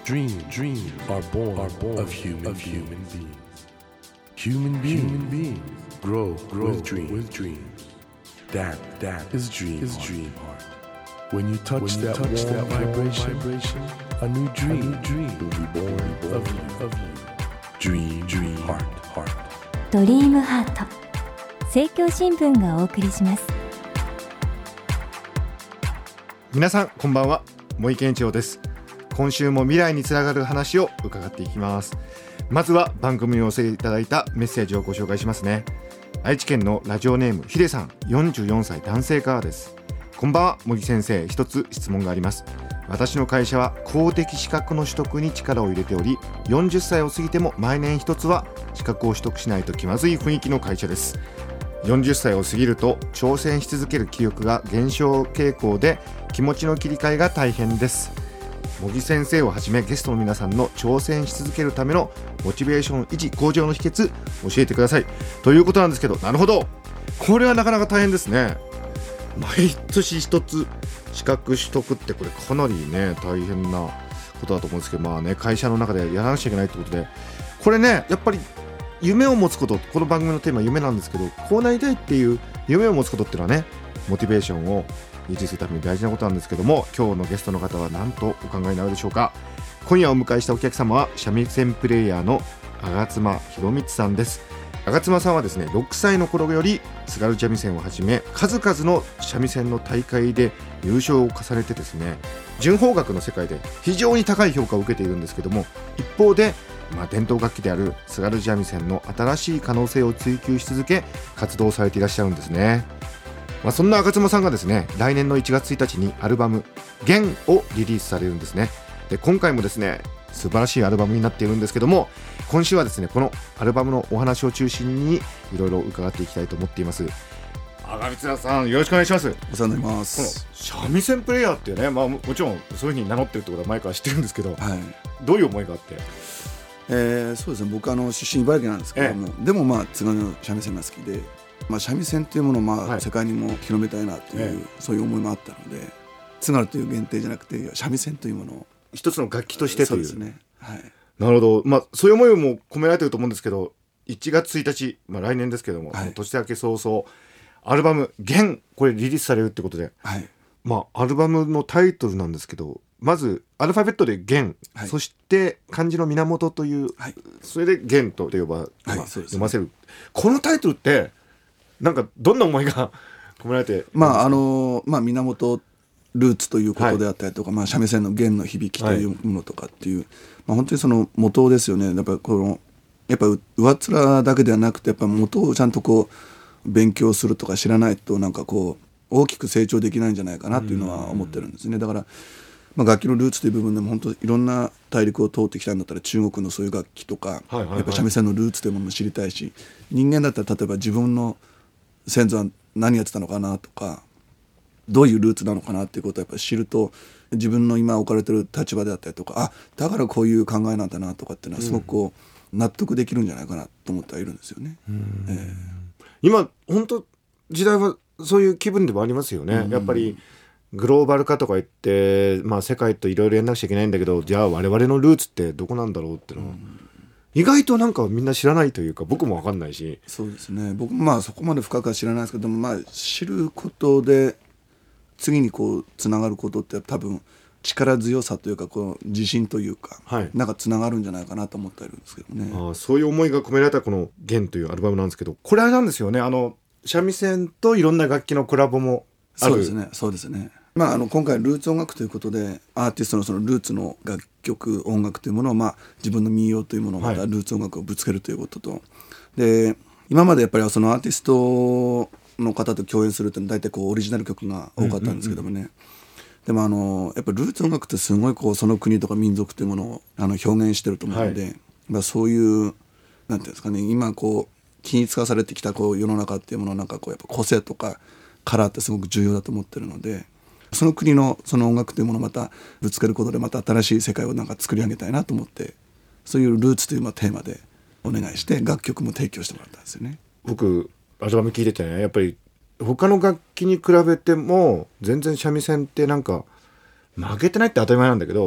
Dreams are born of human beings. Human beings grow with dreams. That is dream heart. When you touch that warm vibration, a new dream will be born of you. Dream heart. ドリームハート、政教新聞がお送りします。 皆さんこんばんは、森健一郎です。今週も未来につながる話を伺っていきます。まずは番組にお寄せいただいたメッセージをご紹介しますね。愛知県のラジオネームヒデさん、44歳男性からです。こんばんは、森先生。一つ質問があります。私の会社は公的資格の取得に力を入れており、40歳を過ぎても毎年一つは資格を取得しないと気まずい雰囲気の会社です。40歳を過ぎると挑戦し続ける気力が減少傾向で、気持ちの切り替えが大変です。茂木先生をはじめゲストの皆さんの挑戦し続けるためのモチベーション維持向上の秘訣教えてくださいということなんですけど、なるほど、これはなかなか大変ですね。毎年一つ資格取得ってこれかなりね大変なことだと思うんですけど、会社の中でやらなくちゃいけないってことで、これねやっぱり夢を持つこと、この番組のテーマは夢なんですけど、こうなりたいっていう夢を持つことっていうのはね、モチベーションを維持するために大事なことなんですけども、今日のゲストの方は何とお考えになるでしょうか。今夜お迎えしたお客様は三味線プレイヤーの吾妻弘光さんです。吾妻さんはですね、6歳の頃より津軽三味線をはじめ数々の三味線の大会で優勝を重ねてですね、純法楽の世界で非常に高い評価を受けているんですけども、一方で伝統楽器である津軽三味線の新しい可能性を追求し続け活動されていらっしゃるんですね。そんな吾妻さんがですね、来年の1月1日にアルバム弦をリリースされるんですね。で、今回もですね素晴らしいアルバムになっているんですけども、今週はですねこのアルバムのお話を中心にいろいろ伺っていきたいと思っています。吾妻さん、よろしくお願いします。 お世話になります。 この三味線プレイヤーっていうね、もちろんそういう風に名乗ってるってことは前から知ってるんですけど、どういう思いがあって？ そうですね、僕出身茨城なんですけども、でも津軽の三味線が好きで、三味線というものを世界にも広めたいなという、そういう思いもあったので、津軽という限定じゃなくて三味線というものを一つの楽器としてという。 そうですね、 なるほど。そういう思いも込められていると思うんですけど、1月1日、来年ですけども、年明け早々アルバム弦、これリリースされるってことで、アルバムのタイトルなんですけど、まずアルファベットで弦、そして漢字の源という、それで弦と読ませる、このタイトルってなんかどんな思いが込められて、 源ルーツということであったりとか、三味線の弦の響きというものとかっていう、本当にその元ですよね。やっぱ上っ面だけではなくて、やっぱ元をちゃんと勉強するとか知らないと大きく成長できないんじゃないかなというのは思ってるんですね。だから楽器のルーツという部分でも本当いろんな大陸を通ってきたんだったら、中国のそういう楽器とか、やっぱ三味線のルーツというものも知りたいし、人間だったら例えば自分の先祖は何やってたのかなとか、どういうルーツなのかなっていうことをやっぱり知ると、自分の今置かれてる立場であったりとか、だからこういう考えなんだなとかっていうのはすごく納得できるんじゃないかなと思ってはいるんですよね。 今本当時代はそういう気分でもありますよね。やっぱりグローバル化とか言って、世界といろいろやんなくちゃいけないんだけど、じゃあ我々のルーツってどこなんだろうってのは、意外となんかみんな知らないというか、僕も分かんないし。 そうですね、僕もそこまで深くは知らないですけども、知ることで次につながることって多分力強さというか自信というか、なんかつながるんじゃないかなと思っているんですけどね。 そういう思いが込められたこの弦というアルバムなんですけど、これあれなんですよね、三味線といろんな楽器のコラボもある。 そうですね。今回ルーツ音楽ということで、アーティストのそのルーツの楽曲音楽というものを、自分の民謡というものをまたルーツ音楽をぶつけるということと、で今までやっぱりそのアーティストの方と共演するというのは大体オリジナル曲が多かったんですけどもね、でもやっぱりルーツ音楽ってすごいその国とか民族というものを表現してると思うので、そういうなんていうんですかね、今均一化されてきた世の中っていうものをやっぱ個性とかカラーってすごく重要だと思ってるので、その国のその音楽というものをまたぶつけることで、また新しい世界を作り上げたいなと思って、そういうルーツというテーマでお願いして楽曲も提供してもらったんですよね。 僕アルバム聴いててね、やっぱり他の楽器に比べても全然三味線ってなんか負けてないって当たり前なんだけど、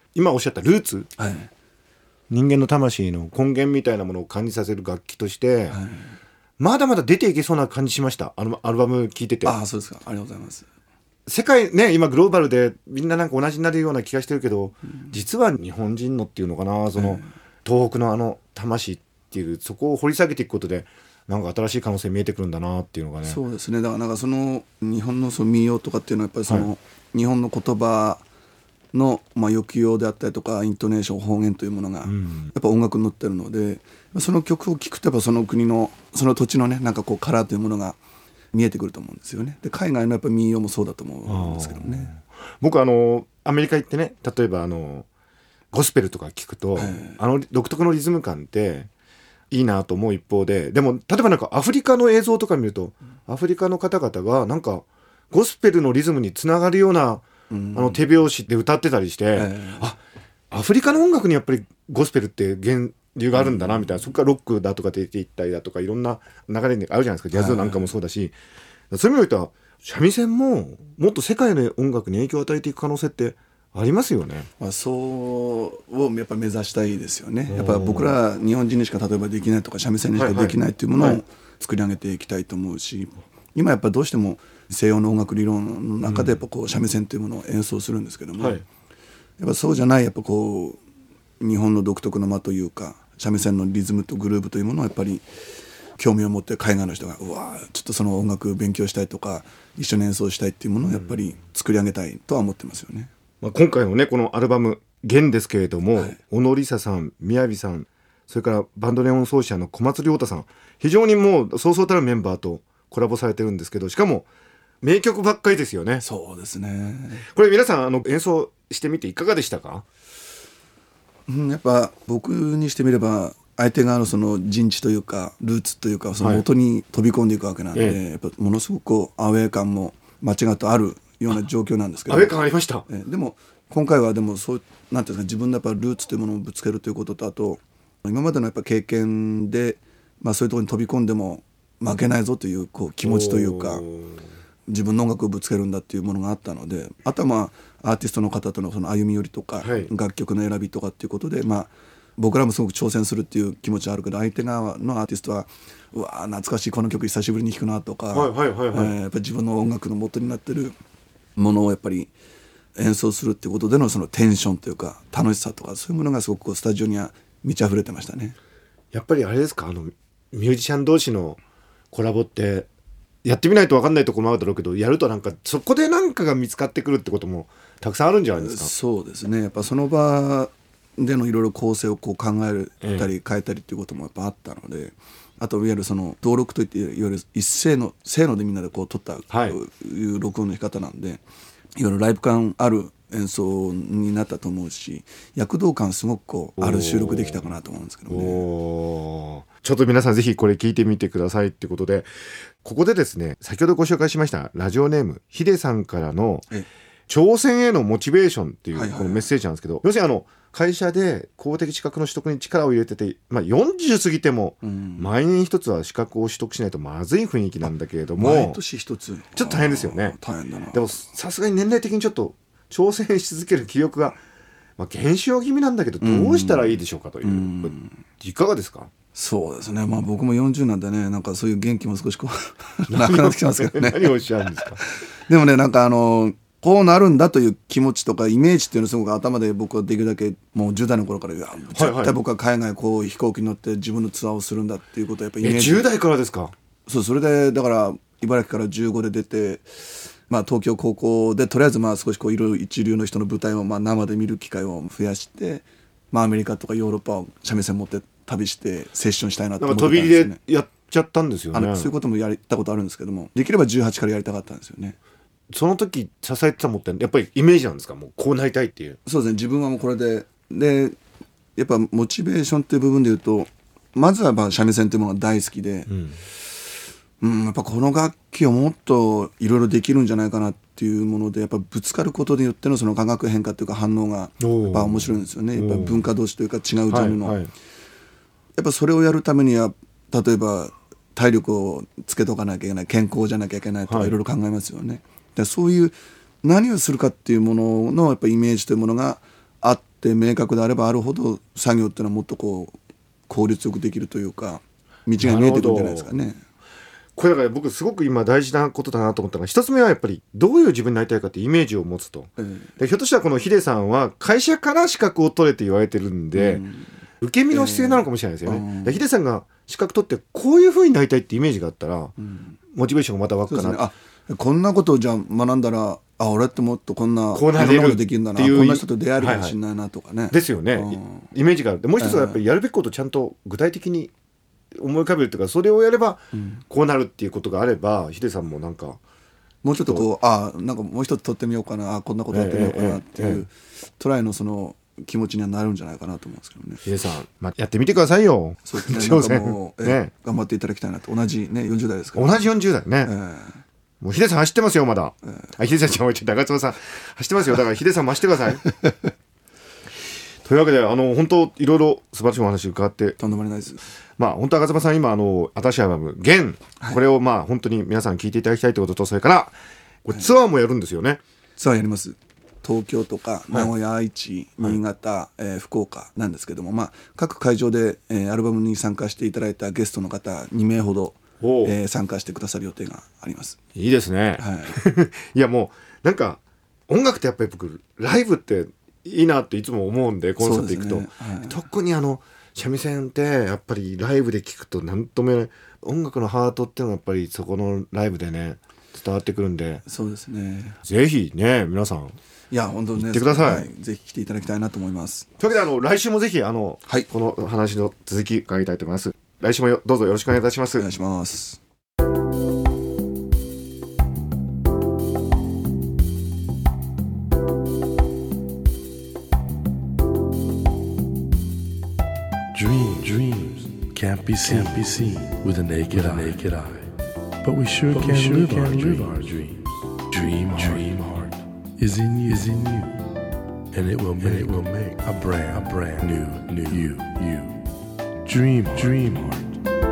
今おっしゃったルーツ、 はい、 人間の魂の根源みたいなものを感じさせる楽器として、まだまだ出ていけそうな感じしました。アルバム聴いてて。 ああ、そうですか。ありがとうございます。 世界ね、今グローバルでみんななんか同じになるような気がしてるけど、実は日本人のっていうのかな、その東北の魂っていう、そこを掘り下げていくことでなんか新しい可能性見えてくるんだなっていうのがね。 そうですね。だからなんかその日本のその民謡とかっていうのはやっぱりその、日本の言葉の抑揚であったりとかイントネーション方言というものがやっぱ音楽に乗ってるので、その曲を聴くとやっぱその国のその土地のねなんかこうカラーというものが見えてくると思うんですよね。で海外のやっぱ民謡もそうだと思うんですけどね。 僕アメリカ行ってね、例えばゴスペルとか聞くと、独特のリズム感っていいなと思う一方で、でも例えばなんかアフリカの映像とか見ると、アフリカの方々がなんかゴスペルのリズムにつながるような手拍子で歌ってたりして、アフリカの音楽にやっぱりゴスペルって源流があるんだなみたいな、そこからロックだとか出ていったりだとかいろんな流れにあるじゃないですか。ジャズなんかもそうだし、そういう意味で言うと三味線ももっと世界の音楽に影響を与えていく可能性ってありますよね。 そうをやっぱ目指したいですよね。やっぱ僕ら日本人にしか例えばできないとか三味線にしかできないというものを作り上げていきたいと思うし、今やっぱどうしても西洋の音楽理論の中でやっぱこう三味線というものを演奏するんですけども、やっぱそうじゃないやっぱこう日本の独特の間というか三味線のリズムとグルーヴというものをやっぱり興味を持って海外の人がうわちょっとその音楽勉強したいとか一緒に演奏したいっていうものをやっぱり作り上げたいとは思ってますよね。 今回のねこのアルバム「弦」ですけれども、小野梨沙さん、雅さん、それからバンドネオン奏者の小松亮太さん、非常にもうそうそうたるメンバーとコラボされてるんですけど、しかも名曲ばっかりですよね。 そうですね。 これ皆さん演奏してみていかがでしたか？ やっぱ僕にしてみれば相手側のその陣地というかルーツというかその音に飛び込んでいくわけなんで、やっぱものすごくこうアウェー感も間違ってあるような状況なんですけど、 アウェー感ありました。 でも今回はでもそうなんていうんですか、自分のやっぱルーツというものをぶつけるということと、あと今までのやっぱ経験で、そういうところに飛び込んでも負けないぞというこう気持ちというか、自分の音楽をぶつけるんだっていうものがあったので、あとはアーティストの方とのその歩み寄りとか、楽曲の選びとかっていうことで、僕らもすごく挑戦するっていう気持ちはあるけど、相手側のアーティストはうわ懐かしいこの曲久しぶりに聴くなとか、やっぱり自分の音楽の元になってるものをやっぱり演奏するっていうことでのそのテンションというか楽しさとか、そういうものがすごくこうスタジオには満ち溢れてましたね。 やっぱりあれですか、ミュージシャン同士のコラボってやってみないと分かんないところもあるだろうけど、やるとなんかそこで何かが見つかってくるってこともたくさんあるんじゃないですか？ そうですね。やっぱその場でのいろいろ構成をこう考えたり変えたりっていうこともやっぱあったので、あといわゆるその登録といっていわゆる一斉のせーのでみんなでこう撮ったいう録音の仕方なんで、いわゆるライブ感ある演奏になったと思うし、躍動感すごくこうある収録できたかなと思うんですけどね。 ちょっと皆さんぜひこれ聞いてみてくださいってことで、ここでですね、先ほどご紹介しましたラジオネームヒデさんからの挑戦へのモチベーションっていうこのメッセージなんですけど、要するに会社で公的資格の取得に力を入れてて、40過ぎても毎年一つは資格を取得しないとまずい雰囲気なんだけれども、 毎年一つちょっと大変ですよね。 大変だな。 でもさすがに年齢的にちょっと挑戦し続ける気力が、減少気味なんだけどどうしたらいいでしょうかという、いかがですか？ そうですね。僕も40なんでね、なんかそういう元気も少しこうなくなってきますけどね。 何をおっしゃるんですか？ でもね、なんかこうなるんだという気持ちとかイメージっていうのをすごく頭で僕はできるだけもう10代の頃から絶対僕は海外こう飛行機に乗って自分のツアーをするんだっていうことをやっぱりイメージ。 10代からですか？ そう、それでだから茨城から15で出て、東京高校でとりあえず少しこういろいろ一流の人の舞台を生で見る機会を増やして、アメリカとかヨーロッパを三味線持って旅してセッションしたいなと思ってたんですよね。 飛び入りでやっちゃったんですよね。 そういうこともやったことあるんですけども、できれば18からやりたかったんですよね。 その時支えてたもんってやっぱりイメージなんですか？もうこうなりたいっていう。 そうですね。自分はもうこれでやっぱモチベーションっていう部分でいうと、まずは三味線というものが大好きで、やっぱこの楽器をもっといろいろできるんじゃないかなっていうもので、やっぱぶつかることによってのその化学変化というか反応がやっぱ面白いんですよね。やっぱ文化同士というか違うジャンルの、やっぱそれをやるためには例えば体力をつけとかなきゃいけない、健康じゃなきゃいけないとかいろいろ考えますよね。でそういう何をするかっていうもののやっぱイメージというものがあっって明確であればあるほど作業っていうのはもっとこう効率よくできるというか道が見えてくるんじゃないですかね。 これだから僕すごく今大事なことだなと思ったのが、一つ目はやっぱりどういう自分になりたいかってイメージを持つと、でひょっとしたらこのヒデさんは会社から資格を取れって言われてるんで、受け身の姿勢なのかもしれないですよね。でヒデさんが資格取ってこういう風になりたいってイメージがあったら、モチベーションがまた湧くかな。 あ、こんなことをじゃあ学んだら、俺ってもっとこんなこうなれることできるんだな、こんな人と出会えるかもしれないなとかね、 ですよね、イメージがある。でもう一つはやっぱりやるべきことをちゃんと具体的に思い浮かべるというか、それをやればこうなるっていうことがあれば、ヒデさんもなんかもうちょっとこうなんかもう一つ取ってみようかな、こんなことやってみようかなっていうトライのその気持ちにはなるんじゃないかなと思うんですけどね。 ヒデさん、やってみてくださいよ。 そうですね、なんかもう、頑張っていただきたいなと。同じね40代ですから、 同じ40代ね、もうヒデさん走ってますよまだ、ヒデさんじゃなくて長妻さん走ってますよ。だからヒデさんも走ってくださいというわけで本当いろいろ素晴らしいお話伺って、 とんでもないです。 本当赤妻さん今新しいアルバム「弦」これを本当に皆さん聴いていただきたいということと、それからこれツアーもやるんですよね。 ツアーやります。東京とか名古屋、愛知、新潟、福岡なんですけども、各会場で、アルバムに参加していただいたゲストの方2名ほど、参加してくださる予定があります。 いいですね、いやもうなんか音楽ってやっぱり僕ライブっていいなっていつも思うんで、コンサート行くと、特に三味線ってやっぱりライブで聴くと何とも言えない音楽のハートっていうのはやっぱりそこのライブでね伝わってくるんで、 そうですね、 ぜひね皆さんいや本当にね、 行ってください、 ぜひ来ていただきたいなと思います。 というわけで来週もぜひこの話の続き伺いたいと思います。来週もどうぞよろしくお願いいたします。 お願いします。 Dreams can't be seen with a naked eye. But we sure can live our dreams. Dream heart is in you, and it will make a brand new you. Dream heart.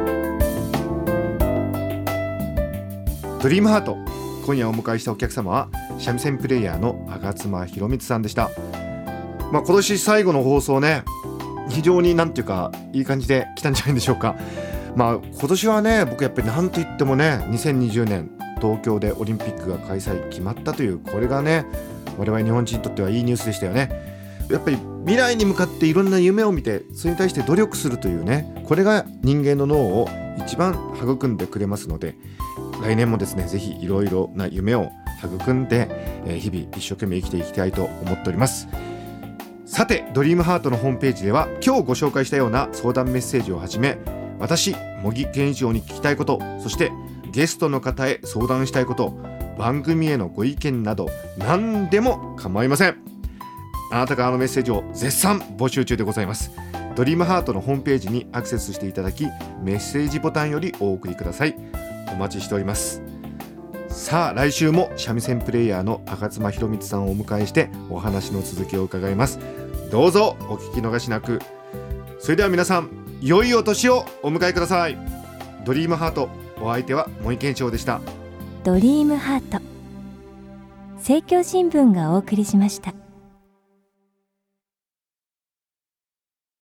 ドリームハート、今夜お迎えしたお客様は三味線プレイヤーの赤妻宏光さんでした。今年最後の放送ね、非常になんていうかいい感じで来たんじゃないでしょうか。今年はね、僕やっぱりなんといってもね、2020年東京でオリンピックが開催決まったという、これがね我々日本人にとってはいいニュースでしたよね。やっぱり未来に向かっていろんな夢を見て、それに対して努力するというね、これが人間の脳を一番育んでくれますので、来年もですねぜひいろいろな夢を育んで、日々一生懸命生きていきたいと思っております。さて、ドリームハートのホームページでは今日ご紹介したような相談メッセージをはじめ、私茂木健一郎に聞きたいこと、そしてゲストの方へ相談したいこと、番組へのご意見など何でも構いません。あなたからのメッセージを絶賛募集中でございます。ドリームハートのホームページにアクセスしていただき、メッセージボタンよりお送りください。お待ちしております。さあ、来週も三味線プレイヤーの赤妻宏光さんをお迎えしてお話の続きを伺います。どうぞお聞き逃しなく。それでは皆さん、良いお年をお迎えください。ドリームハート、お相手は森健一郎でした。 ドリームハート、政教新聞がお送りしました。